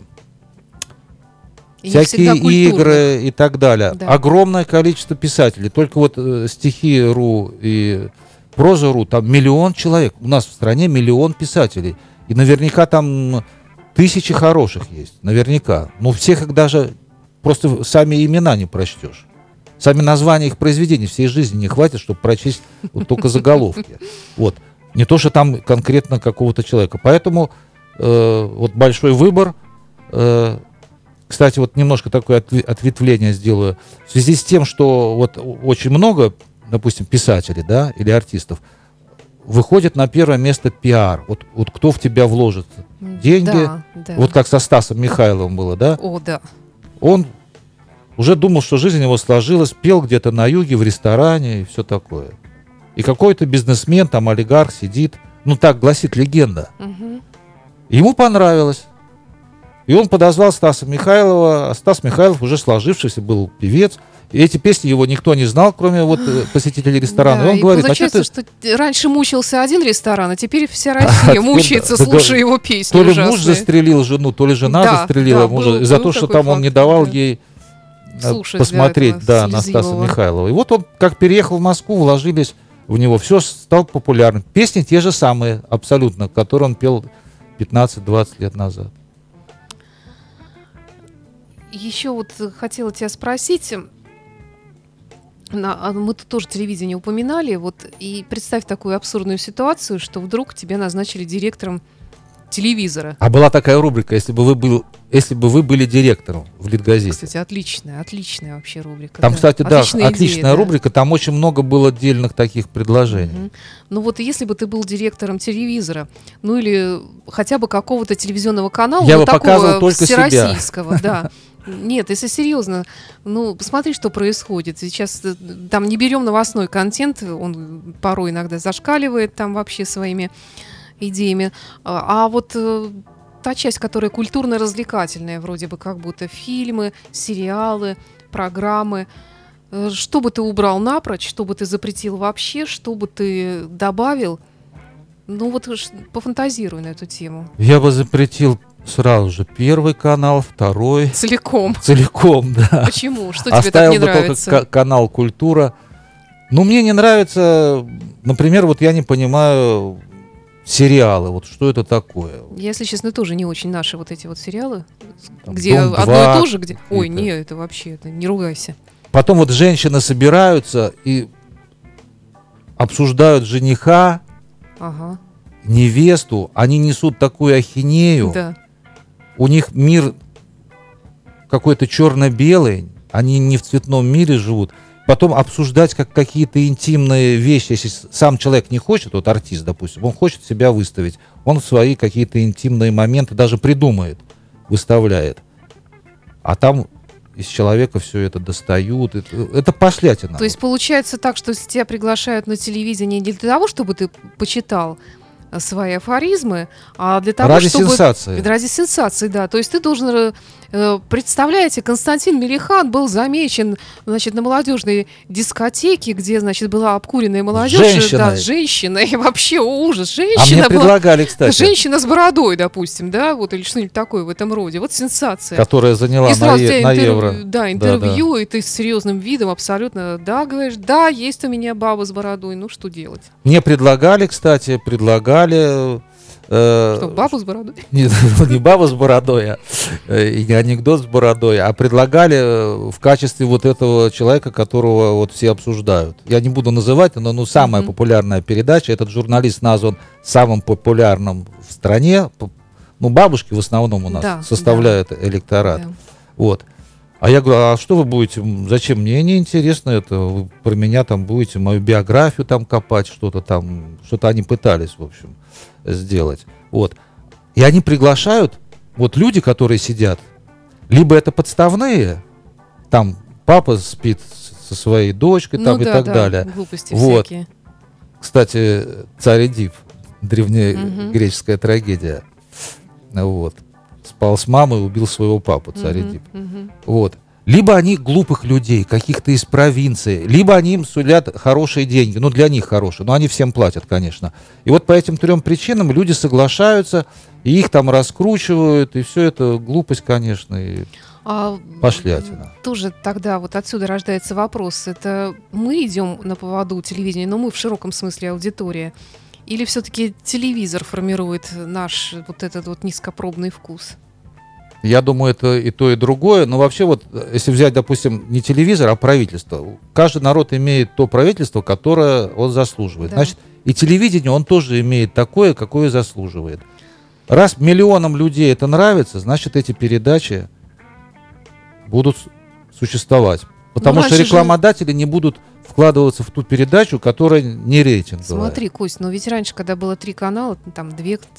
И не Всякие всегда игры культурных. и так далее. Да. Огромное количество писателей. Только вот стихи.ру и проза.ру, там 1 миллион человек. У нас в стране 1 миллион писателей. И наверняка там тысячи хороших есть. Наверняка. Но всех их даже просто сами имена не прочтешь. Сами названия их произведений всей жизни не хватит, чтобы прочесть вот только заголовки. Вот. Не то, что там конкретно какого-то человека. Поэтому вот большой выбор. Кстати, вот немножко такое ответвление сделаю. В связи с тем, что вот очень много, допустим, писателей, да, или артистов, выходит на первое место пиар. Вот кто в тебя вложит деньги. Да, да. Вот как со Стасом Михайловым было, да? О, да. Он уже думал, что жизнь его сложилась, пел где-то на юге, в ресторане и все такое. И какой-то бизнесмен, там олигарх сидит, ну так гласит легенда. Мгм. Ему понравилось. И он подозвал Стаса Михайлова, а Стас Михайлов уже сложившийся был певец. И эти песни его никто не знал, кроме вот посетителей ресторана. Да, И он и говорит, получается, что раньше мучился один ресторан, а теперь вся Россия мучается, да, слушая его песни то ли ужасные. муж застрелил жену, то ли жена Да, застрелила да, мужа был за то, что такой там он факт, не давал да. ей Слушать, посмотреть, да, на Стаса слезливого. Михайлова. И вот он, как переехал в Москву, вложились в него, все стал популярным. Песни те же самые, абсолютно, которые он пел 15-20 лет назад. Еще вот хотела тебя спросить, мы тут тоже телевидение упоминали, вот, и представь такую абсурдную ситуацию, что вдруг тебя назначили директором телевизора. А была такая рубрика, если бы вы были директором в Литгазете. Кстати, отличная вообще рубрика. Там, да. кстати, да, Отличная отличная идея, да. рубрика, там очень много было отдельных таких предложений. Мгм. Ну вот если бы ты был директором телевизора, ну или хотя бы какого-то телевизионного канала, Я ну, бы показывал такого только себя. всероссийского, да, Нет, если серьезно, ну, посмотри, что происходит. Сейчас там не берем новостной контент, он порой иногда зашкаливает там вообще своими идеями. А вот та часть, которая культурно-развлекательная, вроде бы как будто фильмы, сериалы, программы, что бы ты убрал напрочь, что бы ты запретил вообще, что бы ты добавил? Ну вот пофантазируй на эту тему. Я бы запретил сразу же первый канал, второй. Целиком. Целиком, да. Почему? Что тебе так Оставил не бы нравится? только канал «Культура». Ну, мне не нравится, например, вот я не понимаю сериалы, вот что это такое. Я, если честно, тоже не очень наши вот эти вот сериалы, Там где «Дом одно 2» и то же, где... Ой, какие-то. не, это вообще, это не ругайся. Потом вот женщины собираются и обсуждают жениха, Ага, невесту, они несут такую ахинею, да. у них мир какой-то черно-белый, они не в цветном мире живут. Потом обсуждать как какие-то интимные вещи, если сам человек не хочет, вот артист, допустим, он хочет себя выставить, он свои какие-то интимные моменты даже придумает, выставляет. А там из человека все это достают, это пошлятина. То есть получается так, что если тебя приглашают на телевидение не для того, чтобы ты почитал свои афоризмы, а для того, Ради чтобы... сенсации. Ради сенсации, да. То есть ты должен... Представляете, Константин Мелихан был замечен, значит, на молодежной дискотеке, где, значит, была обкуренная молодежь. Женщиной. Да, женщина. И вообще ужас. А мне Женщина была... предлагали, кстати, Женщина с бородой, допустим, да, вот или что-нибудь такое в этом роде. Вот сенсация. которая заняла И сразу на тебя евро. Да, интервью, и ты с серьезным видом абсолютно, да, говоришь, да, есть у меня баба с бородой, ну что делать? Мне предлагали, кстати, предлагали... Что, бабу с бородой? Не баба с бородой, и не анекдот с бородой, а предлагали в качестве вот этого человека, которого вот все обсуждают. Я не буду называть, но ну, самая популярная передача, этот журналист назван самым популярным в стране. Ну, бабушки в основном у нас Да, составляют электорат. Да. Вот. А я говорю, а что вы будете, зачем? Мне не интересно это, вы про меня там будете мою биографию там копать, что-то там, что-то они пытались, в общем, сделать. Вот. И они приглашают, вот люди, которые сидят, либо это подставные, там папа спит со своей дочкой там, Ну и да, так да, далее. глупости Вот. всякие. Кстати, царь Эдип, древнегреческая трагедия. Вот. Спал с мамой, убил своего папу, царь Эдип. Вот. Либо они глупых людей, каких-то из провинции, либо они им сулят хорошие деньги, ну для них хорошие, но они всем платят, конечно. И вот по этим трем причинам люди соглашаются, и их там раскручивают, и все это глупость, конечно, и пошлятина. Тоже тогда вот отсюда рождается вопрос, это мы идем на поводу телевидения, но мы в широком смысле аудитория, или все-таки телевизор формирует наш вот этот вот низкопробный вкус? Я думаю, это и то, и другое. Но вообще вот, если взять, допустим, не телевизор, а правительство. Каждый народ имеет то правительство, которое он заслуживает. Да. Значит, и телевидение он тоже имеет такое, какое заслуживает. Раз миллионам людей это нравится, значит, эти передачи будут существовать. Потому что раньше рекламодатели не будут вкладываться в ту передачу, которая не рейтинговая. Смотри, Кость, но ведь раньше, когда было 3 канала, там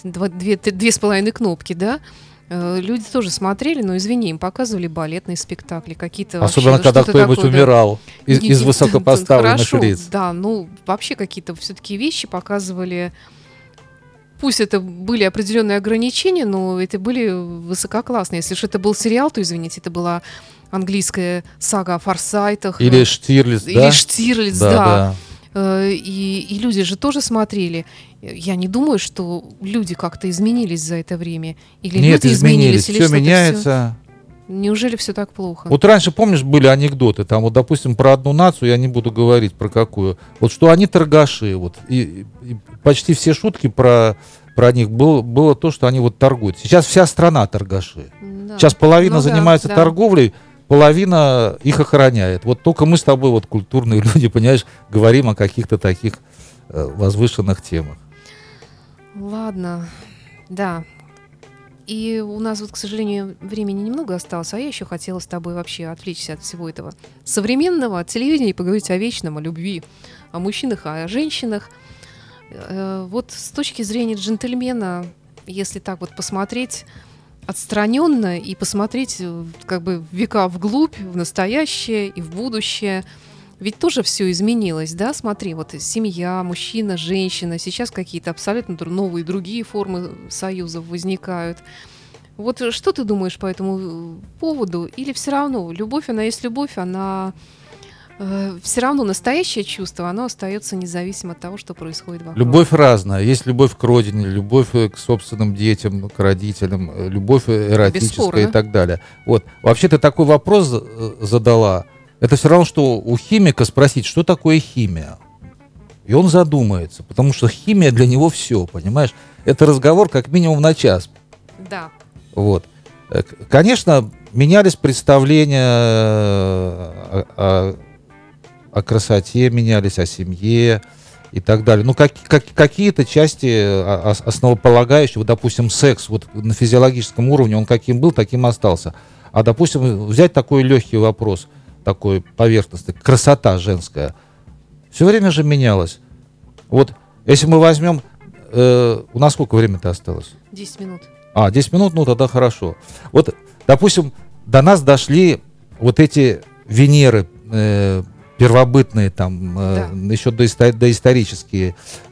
2,5 кнопки, да, люди тоже смотрели, но, извини, им показывали балетные спектакли, какие-то Особенно, вообще, когда что-то кто-нибудь такое, да. умирал из высокопоставленных Хорошо, лиц. да, ну, вообще какие-то все-таки вещи показывали. Пусть это были определенные ограничения, но это были высококлассные. Если же это был сериал, то, извините, это была английская сага о Форсайтах. Или Штирлиц, да? Или Штирлиц, да. Да. И люди же тоже смотрели. Я не думаю, что люди как-то изменились за это время. Или Нет, люди изменились, или все что-то меняется. Неужели все так плохо? Вот раньше, помнишь, были анекдоты, там вот, допустим, про одну нацию, я не буду говорить про какую, вот что они торгаши, вот, и почти все шутки про них было то, что они вот торгуют. Сейчас вся страна торгаши. Да. Сейчас половина Ну да, занимается да. торговлей, половина их охраняет. Вот только мы с тобой, вот культурные люди, понимаешь, говорим о каких-то таких возвышенных темах. Ладно, да. И у нас вот, к сожалению, времени немного осталось, а я еще хотела с тобой вообще отвлечься от всего этого современного, от телевидения и поговорить о вечном, о любви, о мужчинах, о женщинах. Вот с точки зрения джентльмена, если так вот посмотреть, отстраненно и посмотреть как бы века вглубь, в настоящее и в будущее. Ведь тоже все изменилось, да? Смотри, вот семья, мужчина, женщина, сейчас какие-то абсолютно новые другие формы союзов возникают. Вот что ты думаешь по этому поводу? Или все равно любовь, она есть любовь, она все равно настоящее чувство, оно остается независимо от того, что происходит вокруг? Любовь разная. Есть любовь к родине, любовь к собственным детям, к родителям, любовь эротическая Бесспорно. и так далее. Вот. Вообще ты такой вопрос задала. Это все равно, что у химика спросить, что такое химия. И он задумается, потому что химия для него все, понимаешь? Это разговор как минимум на час. Да. Вот. Конечно, менялись представления о красоте, менялись о семье и так далее. Ну, какие-то части основополагающие, вот, допустим, секс, вот на физиологическом уровне он каким был, таким остался. А, допустим, взять такой легкий вопрос, такой поверхностный, красота женская, все время же менялась. Вот, если мы возьмем, у нас сколько времени-то осталось? 10 минут. 10 минут, ну тогда хорошо. Вот, допустим, до нас дошли вот эти Венеры первобытные, там, еще доисторические.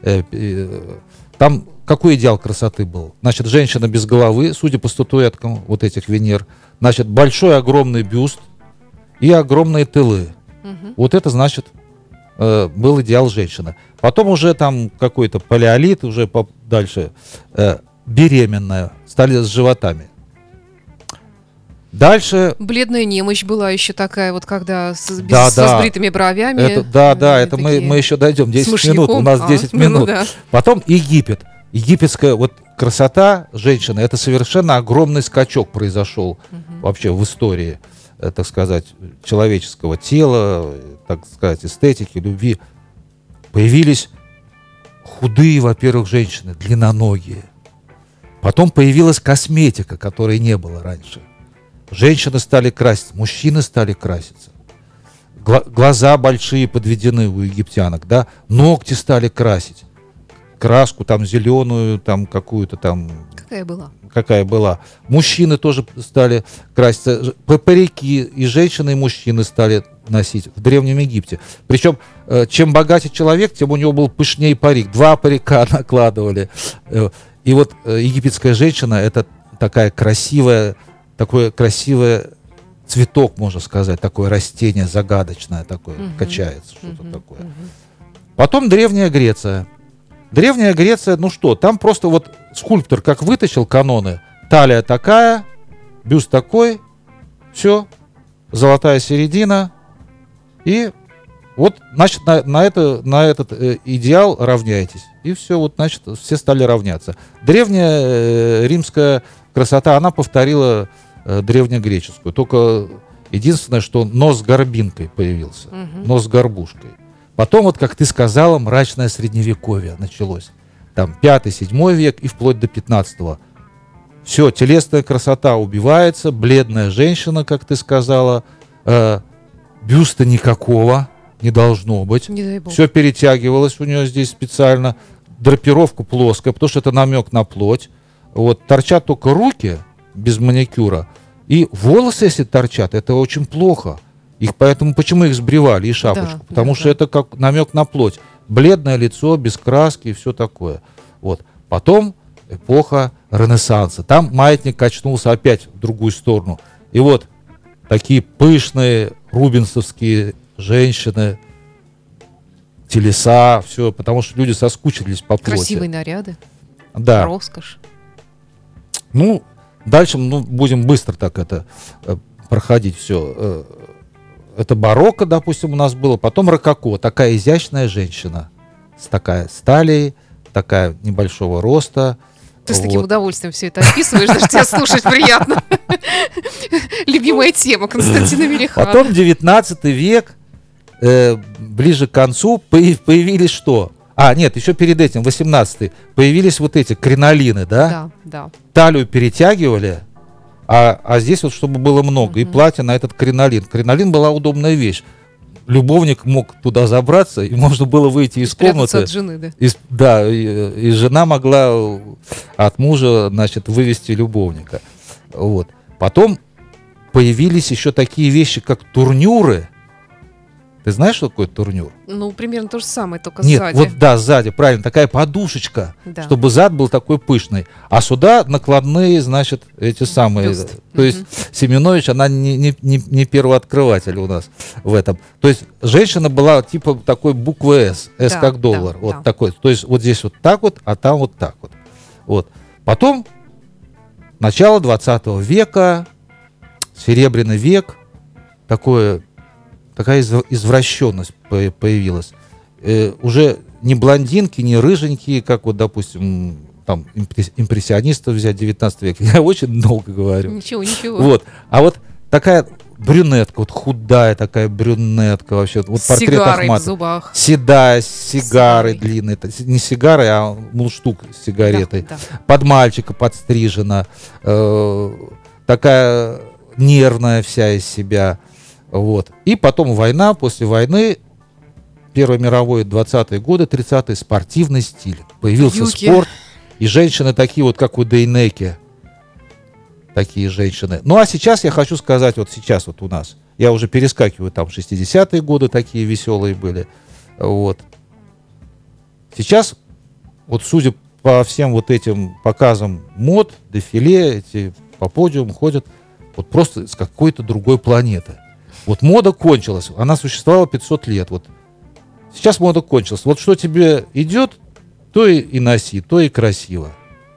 Там какой идеал красоты был? Значит, женщина без головы, судя по статуэткам вот этих Венер. Значит, большой огромный бюст и огромные тылы. Угу. Вот это, значит, был идеал женщины. Потом уже там какой-то палеолит, уже дальше беременная, стали с животами. Дальше... Бледная немощь была еще такая, вот когда со сбритыми бровями. Это мы еще дойдем. 10 минут, у нас 10 минут. Да. Потом Египет. Египетская вот красота женщины, это совершенно огромный скачок произошел вообще в истории, так сказать, человеческого тела, так сказать, эстетики, любви. Появились худые, во-первых, женщины, длинноногие. Потом появилась косметика, которой не было раньше. Женщины стали краситься, мужчины стали краситься. Глаза большие подведены у египтянок, да? Ногти стали красить. Краску там зеленую, там какую-то там... Какая была. Мужчины тоже стали краситься. Парики и женщины, и мужчины стали носить в Древнем Египте. Причем, чем богаче человек, тем у него был пышнее парик. 2 парика накладывали. И вот египетская женщина, это такая красивая, такой красивый цветок, можно сказать, такое растение загадочное, такое, качается, что-то такое. Потом Древняя Греция. Древняя Греция, ну что, там просто вот скульптор как вытащил каноны, талия такая, бюст такой, все, золотая середина, и вот, значит, на этот идеал равняйтесь. И все, вот, значит, все стали равняться. Древняя римская красота, она повторила древнегреческую. Только единственное, что нос с горбинкой появился, нос с горбушкой. Потом, вот как ты сказала, мрачное средневековье началось. Там 5-7 век и вплоть до 15-го. Все, телесная красота убивается, бледная женщина, как ты сказала, бюста никакого не должно быть. Не дай бог. Все перетягивалось у нее здесь специально. Драпировка плоская, потому что это намек на плоть. Вот, торчат только руки без маникюра. И волосы, если торчат, это очень плохо. Поэтому почему их сбривали и шапочку? Потому что это как намек на плоть. Бледное лицо, без краски и все такое. Вот. Потом эпоха Ренессанса. Там маятник качнулся опять в другую сторону. И вот такие пышные рубенсовские женщины, телеса, все, потому что люди соскучились по плоти. Красивые наряды, да. Роскошь. Ну, дальше будем быстро так это проходить все. Это барокко, допустим, у нас было, потом рококо, такая изящная женщина, такая с талией, такая небольшого роста. Ты с таким удовольствием все это описываешь, даже тебя слушать приятно. Любимая тема Константина Мелихана. Потом 19 век, ближе к концу, появились что? Нет, еще перед этим, 18-й, появились вот эти кринолины, да? Да. Талию перетягивали, а здесь вот чтобы было много. И платье на этот кринолин. Кринолин была удобная вещь. Любовник мог туда забраться, и можно было выйти из комнаты. От жены, да? И жена могла от мужа, значит, вывести любовника. Вот. Потом появились еще такие вещи, как турнюры. Ты знаешь, что такое турнюр? Ну, примерно то же самое, только Нет, сзади. вот да, сзади, правильно, такая подушечка, Да. чтобы зад был такой пышный. А сюда накладные, значит, эти самые. Бюст. То есть Семенович, она не первооткрыватель у нас в этом. То есть женщина была типа такой буквы «С», «С» Да, как доллар, да, вот да. такой. То есть вот здесь вот так вот, а там вот так вот. Вот. Потом начало 20 века, Серебряный век, такая извращенность появилась. Уже не блондинки, не рыженькие, как вот, допустим, там импрессионистов взять 19 век. Я очень много говорю. Ничего. Вот. А вот такая брюнетка, вот худая такая брюнетка вообще. Вот С портрет сигарой в Ахматовой. зубах. Седая, с сигарой Сигарой. длинной. Это не сигарой, а мундштук с сигаретой. Да, да. Под мальчика подстрижена. Такая нервная вся из себя. Вот. И потом война, после войны, Первая мировая, 20-е годы, 30-е, спортивный стиль. Появился Юки. спорт, и женщины такие вот, как у Дейнеки. Такие женщины. Ну, а сейчас я хочу сказать, вот сейчас вот у нас, я уже перескакиваю, там 60-е годы такие веселые были. Вот. Сейчас, вот судя по всем вот этим показам мод, дефиле, эти по подиуму ходят вот просто с какой-то другой планеты. Вот мода кончилась, она существовала 500 лет. Вот сейчас мода кончилась. Вот что тебе идет, то и носи, то и красиво.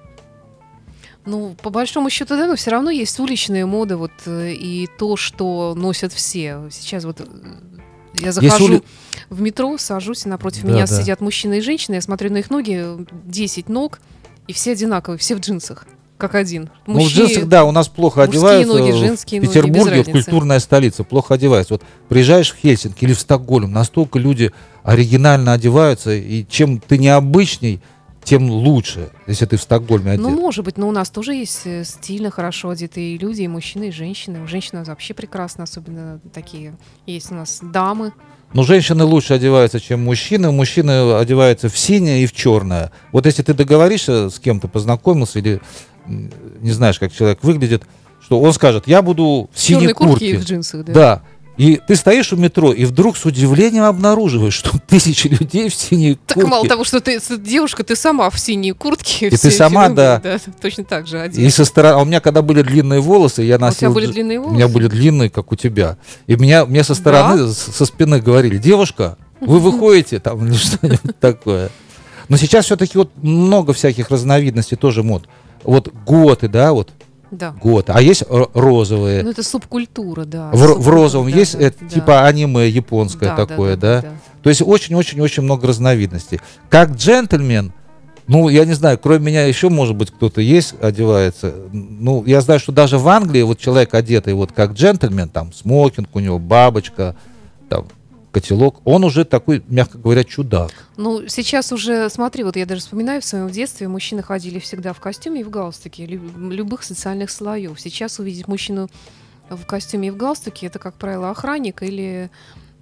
Ну, по большому счету, да, но все равно есть уличные моды, вот, и то, что носят все. Сейчас вот я захожу в метро, сажусь, и напротив меня сидят мужчина и женщина, я смотрю на их ноги, 10 ног, и все одинаковые, все в джинсах, как один. Ну, в джинсах, да, у нас плохо мужские одеваются. ноги, женские в ноги, без Петербурге, разницы. культурная столица, плохо одеваются. Вот приезжаешь в Хельсинки или в Стокгольм, настолько люди оригинально одеваются, и чем ты необычней, тем лучше, если ты в Стокгольме одет. Ну, может быть, но у нас тоже есть стильно хорошо одетые люди, и мужчины, и женщины. У женщин вообще прекрасно, особенно такие. Есть у нас дамы. Но женщины лучше одеваются, чем мужчины. Мужчины одеваются в синее и в черное. Вот если ты договоришься с кем-то, познакомился или не знаешь, как человек выглядит, что он скажет, я буду в синей Черные куртки и куртке. в джинсах, да. Да. И ты стоишь у метро, и вдруг с удивлением обнаруживаешь, что тысячи людей в синей Так куртке. мало того, что ты девушка, ты сама в синей куртке. И ты сама, да. Точно так же одета. И со стороны, а у меня когда были длинные волосы, я носил. У тебя были длинные волосы? У меня были длинные, как у тебя. И мне со стороны, со спины говорили, девушка, вы выходите там или что-нибудь такое. Но сейчас все-таки вот много всяких разновидностей тоже мод. Вот готы, да, вот. Да. Готы. А есть розовые. Ну, это субкультура, да. В розовом да, есть да, это, да. типа аниме японское такое, да? То есть очень-очень-очень много разновидностей. Как джентльмен, ну, я не знаю, кроме меня еще, может быть, кто-то есть, одевается. Ну, я знаю, что даже в Англии вот человек одетый вот как джентльмен, там смокинг у него, бабочка, там котелок, он уже такой, мягко говоря, чудак. Ну, сейчас уже, смотри, вот я даже вспоминаю, в своем детстве мужчины ходили всегда в костюме и в галстуке, любых социальных слоев. Сейчас увидеть мужчину в костюме и в галстуке, это, как правило, охранник или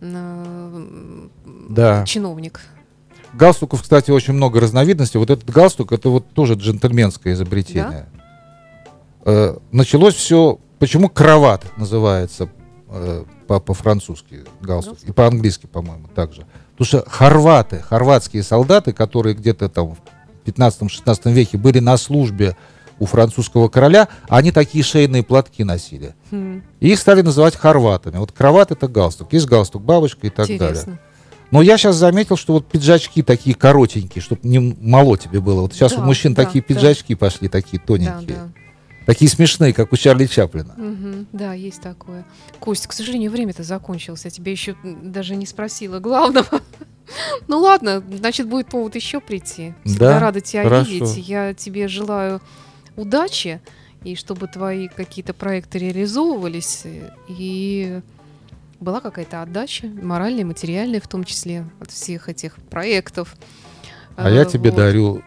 чиновник. Галстуков, кстати, очень много разновидностей. Вот этот галстук, это вот тоже джентльменское изобретение. Да? Началось все... Почему крават называется по-французски галстук? И по-английски, по-моему, также. Потому что хорватские солдаты, которые где-то там в 15-16 веке были на службе у французского короля, они такие шейные платки носили. И их стали называть хорватами. Вот крават — это галстук. Есть галстук, бабочка и так далее. Но я сейчас заметил, что вот пиджачки такие коротенькие, чтобы не мало тебе было. Вот сейчас у мужчин такие пиджачки пошли, такие тоненькие. Такие смешные, как у Чарли Чаплина. Да, есть такое. Кость, к сожалению, время-то закончилось. Я тебя еще даже не спросила главного. Ну ладно, значит, будет повод еще прийти. Всегда рада тебя видеть. Я тебе желаю удачи, и чтобы твои какие-то проекты реализовывались, и была какая-то отдача, моральная, материальная в том числе, от всех этих проектов. А я тебе дарю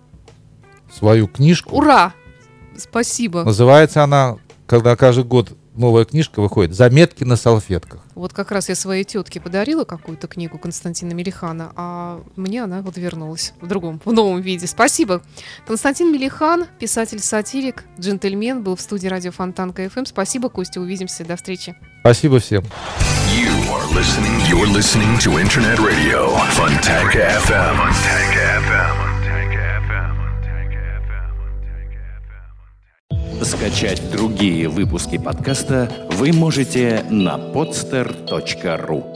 свою книжку. Ура! Спасибо. Называется она, когда каждый год новая книжка выходит «Заметки на салфетках». Вот как раз я своей тетке подарила какую-то книгу Константина Мелихана, а мне она вот вернулась в новом виде. Спасибо. Константин Мелихан, писатель-сатирик, джентльмен, был в студии радио Фонтанка FM. Спасибо, Костя, увидимся, до встречи. Спасибо всем. You're listening to Internet Radio Fontanka FM. Скачать другие выпуски подкаста вы можете на podster.ru.